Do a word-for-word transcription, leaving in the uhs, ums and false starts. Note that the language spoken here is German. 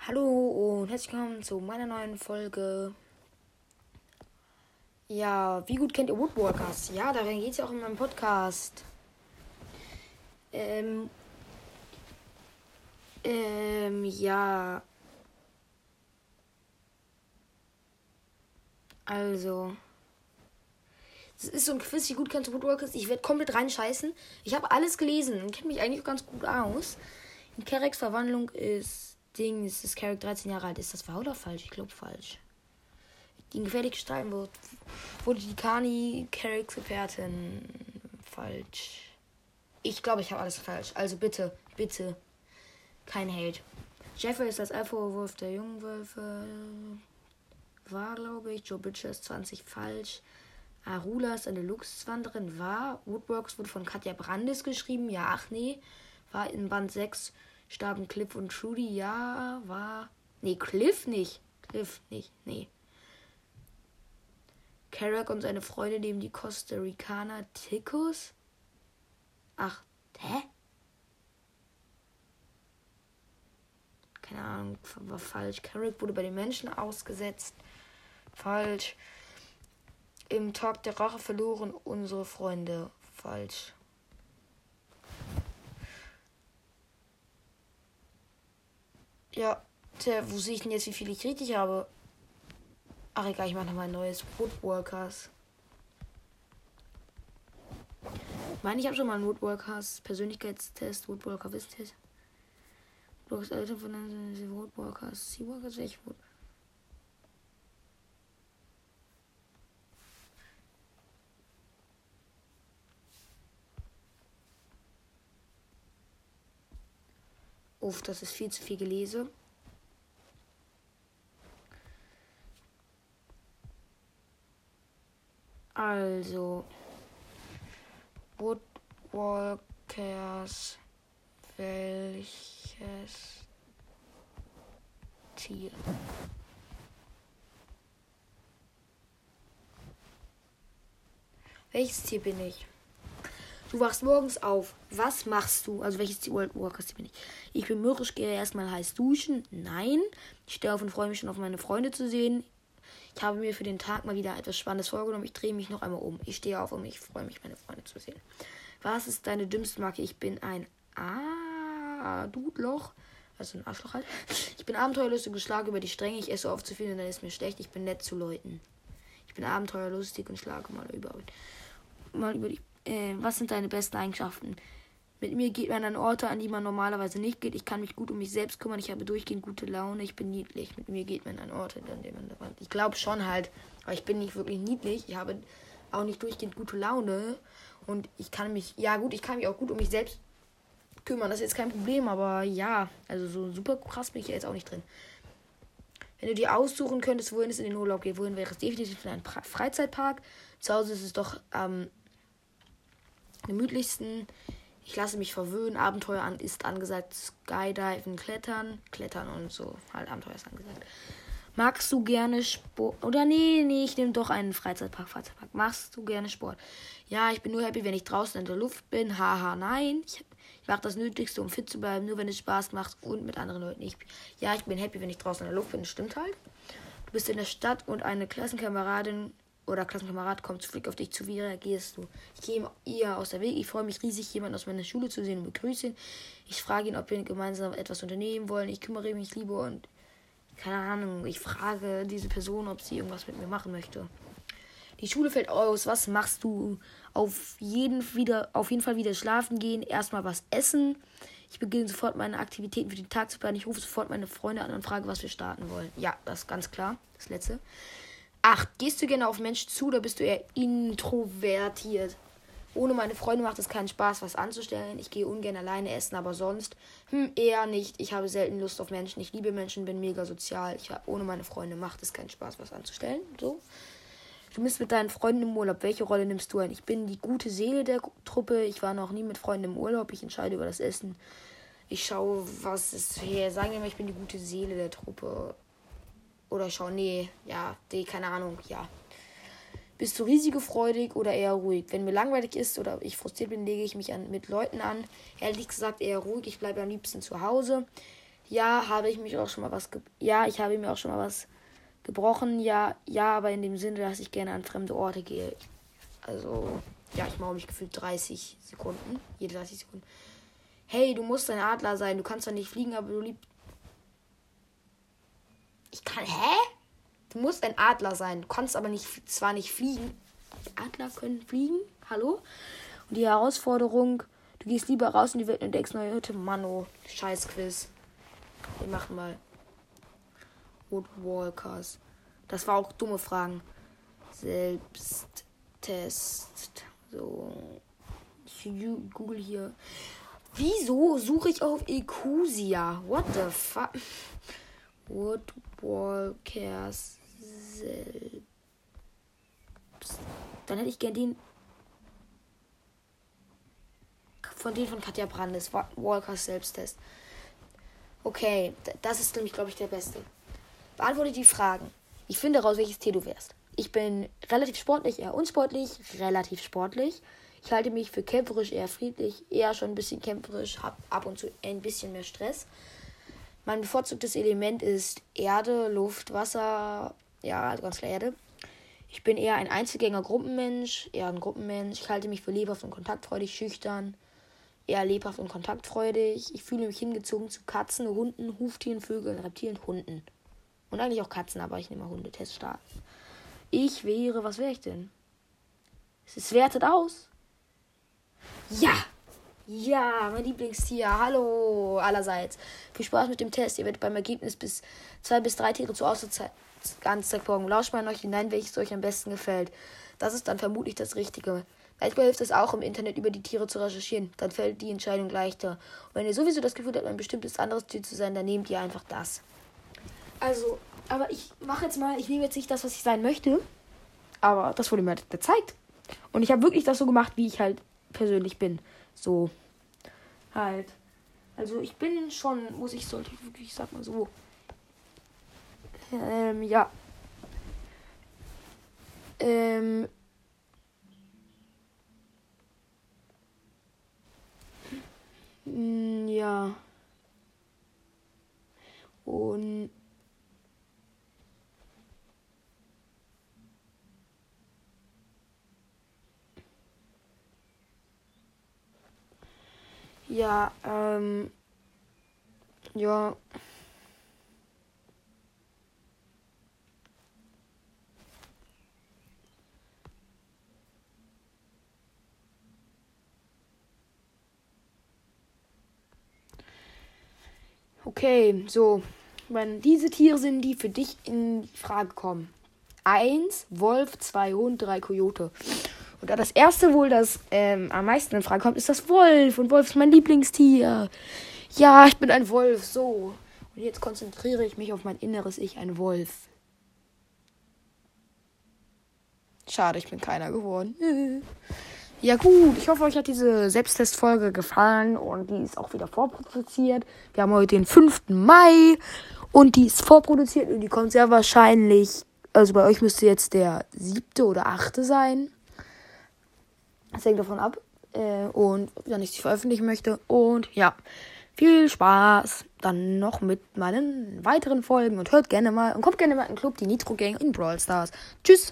Hallo und herzlich willkommen zu meiner neuen Folge. Ja, wie gut kennt ihr Woodwalkers? Ja, darin geht es ja auch in meinem Podcast. Ähm, ähm, ja. Also. Es ist so ein Quiz, wie gut kennt ihr Woodwalkers? Ich werde komplett reinscheißen. Ich habe alles gelesen und kenne mich eigentlich ganz gut aus. In Carracks Verwandlung ist Ding, ist das Carrack dreizehn Jahre alt. Ist das wahr oder falsch? Ich glaube falsch. Die in gefährlich gestalten wird, wurde die Kani Carracks Gefährtin. Falsch. Ich glaube, ich habe alles falsch. Also bitte, bitte. Kein Hate. Jeffrey ist das Alpha-Wolf der jungen Wölfe. War, glaube ich. Joe Butcher ist zwanzig falsch. Arula ist eine Luchswanderin. War. Woodworks wurde von Katja Brandes geschrieben. Ja, ach nee. War in Band sechs. Starben Cliff und Trudy. Ja, war. Nee, Cliff nicht. Cliff nicht. Nee. Carrack und seine Freunde nehmen die Costa Ricaner Ticos. Ach, hä? Keine Ahnung, war falsch. Carrack wurde bei den Menschen ausgesetzt. Falsch. Im Tag der Rache verloren unsere Freunde. Falsch. Ja, tja, wo sehe ich denn jetzt, wie viel ich richtig habe? Ach egal, ich mache nochmal ein neues Woodwalkers. Ich meine, ich habe schon mal einen Woodwalkers Persönlichkeitstest, Woodwalker Wisstest. Woodwalkers Eltern von den Woodwalkers. Seawalkers, welche Wood? Uff, das ist viel zu viel gelesen. Also, Woodwalkers, welches Tier? Welches Tier bin ich? Du wachst morgens auf. Was machst du? Also welches Tier Woodwalkers Tier bin ich? Ich bin mürrisch, gehe erstmal heiß duschen. Nein. Ich stehe auf und freue mich schon auf meine Freunde zu sehen. Ich habe mir für den Tag mal wieder etwas Spannendes vorgenommen. Ich drehe mich noch einmal um. Ich stehe auf und ich freue mich, meine Freunde zu sehen. Was ist deine dümmste Marke? Ich bin ein Ah, Dudloch. Also ein Arschloch halt. Ich bin abenteuerlustig, und schlage über die Stränge. Ich esse oft zu viel und dann ist mir schlecht. Ich bin nett zu Leuten. Ich bin abenteuerlustig und schlage mal über, mal über die... Äh, was sind deine besten Eigenschaften? Mit mir geht man an Orte, an die man normalerweise nicht geht. Ich kann mich gut um mich selbst kümmern. Ich habe durchgehend gute Laune. Ich bin niedlich. Mit mir geht man an Orte, an denen man... Ich glaube schon halt. Aber ich bin nicht wirklich niedlich. Ich habe auch nicht durchgehend gute Laune. Und ich kann mich... Ja gut, ich kann mich auch gut um mich selbst kümmern. Das ist jetzt kein Problem. Aber ja, also so super krass bin ich ja jetzt auch nicht drin. Wenn du dir aussuchen könntest, wohin es in den Urlaub geht, wohin wäre es definitiv in einen pra- Freizeitpark. Zu Hause ist es doch am gemütlichsten... Ich lasse mich verwöhnen. Abenteuer an, ist angesagt. Skydiven, Klettern. Klettern und so. Halt, Abenteuer ist angesagt. Magst du gerne Sport? Oder nee, nee, ich nehme doch einen Freizeitpark. Freizeitpark. Machst du gerne Sport? Ja, ich bin nur happy, wenn ich draußen in der Luft bin. Haha, nein. Ich, ich mache das Nötigste, um fit zu bleiben. Nur wenn es Spaß macht und mit anderen Leuten. Ich, ja, ich bin happy, wenn ich draußen in der Luft bin. Das stimmt halt. Du bist in der Stadt und eine Klassenkameradin oder Klassenkamerad kommt zu Flick auf dich zu. Wie reagierst du? Ich gehe ihr aus der Weg. Ich freue mich riesig, jemanden aus meiner Schule zu sehen und begrüße ihn. Ich frage ihn, ob wir gemeinsam etwas unternehmen wollen. Ich kümmere mich lieber und keine Ahnung. Ich frage diese Person, ob sie irgendwas mit mir machen möchte. Die Schule fällt aus. Was machst du? Auf jeden, wieder, auf jeden Fall wieder schlafen gehen. Erstmal was essen. Ich beginne sofort meine Aktivitäten für den Tag zu planen. Ich rufe sofort meine Freunde an und frage, was wir starten wollen. Ja, das ist ganz klar. Das letzte. acht. Gehst du gerne auf Menschen zu oder bist du eher introvertiert? Ohne meine Freunde macht es keinen Spaß, was anzustellen. Ich gehe ungern alleine essen, aber sonst hm, eher nicht. Ich habe selten Lust auf Menschen. Ich liebe Menschen, bin mega sozial. Ich hab, ohne meine Freunde macht es keinen Spaß, was anzustellen. So. Du bist mit deinen Freunden im Urlaub. Welche Rolle nimmst du ein? Ich bin die gute Seele der Truppe. Ich war noch nie mit Freunden im Urlaub. Ich entscheide über das Essen. Ich schaue, was es hier. Sagen wir mal, ich bin die gute Seele der Truppe. Oder schau, nee, ja, nee, keine Ahnung, ja. Bist du risikofreudig oder eher ruhig? Wenn mir langweilig ist oder ich frustriert bin, lege ich mich an, mit Leuten an. Ehrlich gesagt eher ruhig, ich bleibe am liebsten zu Hause. Ja, habe ich mich auch schon mal was ge Ja, ich habe mir auch schon mal was gebrochen. Ja, ja, aber in dem Sinne, dass ich gerne an fremde Orte gehe. Also, ja, ich mache mich gefühlt dreißig Sekunden. Jede dreißig Sekunden. Hey, du musst ein Adler sein. Du kannst zwar nicht fliegen, aber du liebst. Ich kann. Hä? Du musst ein Adler sein. Du kannst aber nicht, zwar nicht fliegen. Adler können fliegen? Hallo? Und die Herausforderung, du gehst lieber raus in die Welt und entdeckst neue Hütte. Mano, scheiß Quiz. Wir machen mal Woodwalkers. Das war auch dumme Fragen. Selbsttest. So. Ich google hier. Wieso suche ich auf Ecusia? What the fuck? Woodwalkers selbst. Dann hätte ich gern den von denen von Katja Brandes. Walkers Selbsttest. Okay, das ist nämlich, glaube ich, der beste. Beantworte die Fragen. Ich finde raus, welches Tier du wärst. Ich bin relativ sportlich, eher unsportlich, relativ sportlich. Ich halte mich für kämpferisch, eher friedlich, eher schon ein bisschen kämpferisch, habe ab und zu ein bisschen mehr Stress. Mein bevorzugtes Element ist Erde, Luft, Wasser, ja, also ganz klar Erde. Ich bin eher ein Einzelgänger-Gruppenmensch, eher ein Gruppenmensch. Ich halte mich für lebhaft und kontaktfreudig, schüchtern, eher lebhaft und kontaktfreudig. Ich fühle mich hingezogen zu Katzen, Hunden, Huftieren, Vögeln, Reptilien, Hunden. Und eigentlich auch Katzen, aber ich nehme mal Hunde. Test starten. Ich wäre, was wäre ich denn? Es wertet aus. Ja! Ja, mein Lieblingstier. Hallo allerseits. Viel Spaß mit dem Test. Ihr werdet beim Ergebnis bis zwei bis drei Tiere zur Auswahl Ganztag folgen. Lauscht mal in euch hinein, welches euch am besten gefällt. Das ist dann vermutlich das Richtige. Manchmal hilft es auch, im Internet über die Tiere zu recherchieren. Dann fällt die Entscheidung leichter. Und wenn ihr sowieso das Gefühl habt, ein bestimmtes anderes Tier zu sein, dann nehmt ihr einfach das. Also, aber ich mache jetzt mal, ich nehme jetzt nicht das, was ich sein möchte. Aber das wurde mir halt gezeigt. Und ich habe wirklich das so gemacht, wie ich halt persönlich bin. So, halt. Also ich bin schon, muss ich, sollte ich wirklich, ich sag mal so. Ähm, ja. Ähm. Mh, ja. Und. Ja, ähm. Ja. Okay, so. Wenn diese Tiere sind, die für dich in die Frage kommen. Eins, Wolf, zwei Hund, drei Kojote. Und da das erste wohl, das ähm, am meisten in Frage kommt, ist das Wolf. Und Wolf ist mein Lieblingstier. Ja, ich bin ein Wolf. So. Und jetzt konzentriere ich mich auf mein inneres Ich, ein Wolf. Schade, ich bin keiner geworden. Ja gut, ich hoffe, euch hat diese Selbsttestfolge gefallen. Und die ist auch wieder vorproduziert. Wir haben heute den fünften Mai. Und die ist vorproduziert. Und die kommt sehr wahrscheinlich... Also bei euch müsste jetzt der siebte oder achte sein. Das hängt davon ab. Äh, und wenn ich sie veröffentlichen möchte. Und ja, viel Spaß dann noch mit meinen weiteren Folgen. Und hört gerne mal und kommt gerne mal in den Club, die Nitro Gang in Brawl Stars. Tschüss.